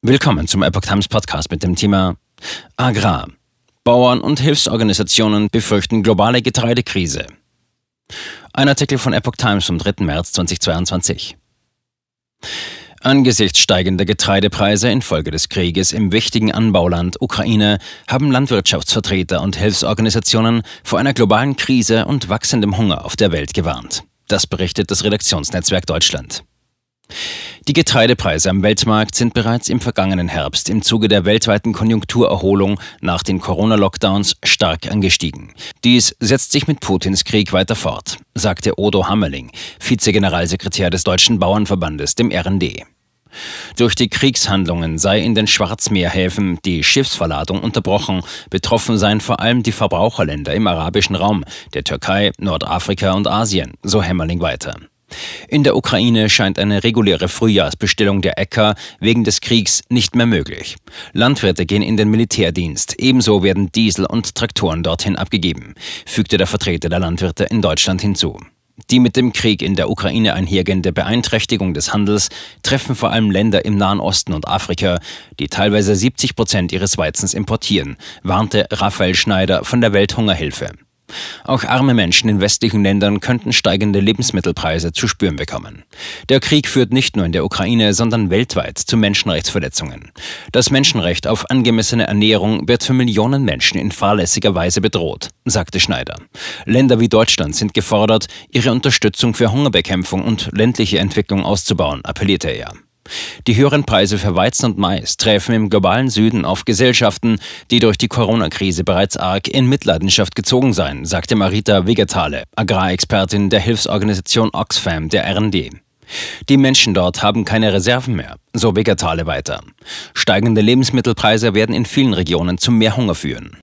Willkommen zum Epoch Times Podcast mit dem Thema Agrar. Bauern und Hilfsorganisationen befürchten globale Getreidekrise. Ein Artikel von Epoch Times vom 3. März 2022. Angesichts steigender Getreidepreise infolge des Krieges im wichtigen Anbauland Ukraine haben Landwirtschaftsvertreter und Hilfsorganisationen vor einer globalen Krise und wachsendem Hunger auf der Welt gewarnt. Das berichtet das Redaktionsnetzwerk Deutschland. Die Getreidepreise am Weltmarkt sind bereits im vergangenen Herbst im Zuge der weltweiten Konjunkturerholung nach den Corona-Lockdowns stark angestiegen. Dies setzt sich mit Putins Krieg weiter fort, sagte Odo Hammerling, Vizegeneralsekretär des Deutschen Bauernverbandes, dem RND. Durch die Kriegshandlungen sei in den Schwarzmeerhäfen die Schiffsverladung unterbrochen. Betroffen seien vor allem die Verbraucherländer im arabischen Raum, der Türkei, Nordafrika und Asien, so Hammerling weiter. In der Ukraine scheint eine reguläre Frühjahrsbestellung der Äcker wegen des Kriegs nicht mehr möglich. Landwirte gehen in den Militärdienst, ebenso werden Diesel und Traktoren dorthin abgegeben, fügte der Vertreter der Landwirte in Deutschland hinzu. Die mit dem Krieg in der Ukraine einhergehende Beeinträchtigung des Handels treffen vor allem Länder im Nahen Osten und Afrika, die teilweise 70% ihres Weizens importieren, warnte Raphael Schneider von der Welthungerhilfe. Auch arme Menschen in westlichen Ländern könnten steigende Lebensmittelpreise zu spüren bekommen. Der Krieg führt nicht nur in der Ukraine, sondern weltweit zu Menschenrechtsverletzungen. Das Menschenrecht auf angemessene Ernährung wird für Millionen Menschen in fahrlässiger Weise bedroht, sagte Schneider. Länder wie Deutschland sind gefordert, ihre Unterstützung für Hungerbekämpfung und ländliche Entwicklung auszubauen, appellierte er. Die höheren Preise für Weizen und Mais treffen im globalen Süden auf Gesellschaften, die durch die Corona-Krise bereits arg in Mitleidenschaft gezogen seien, sagte Marita Vegetale, Agrarexpertin der Hilfsorganisation Oxfam der RND. Die Menschen dort haben keine Reserven mehr, so Vegetale weiter. Steigende Lebensmittelpreise werden in vielen Regionen zu mehr Hunger führen.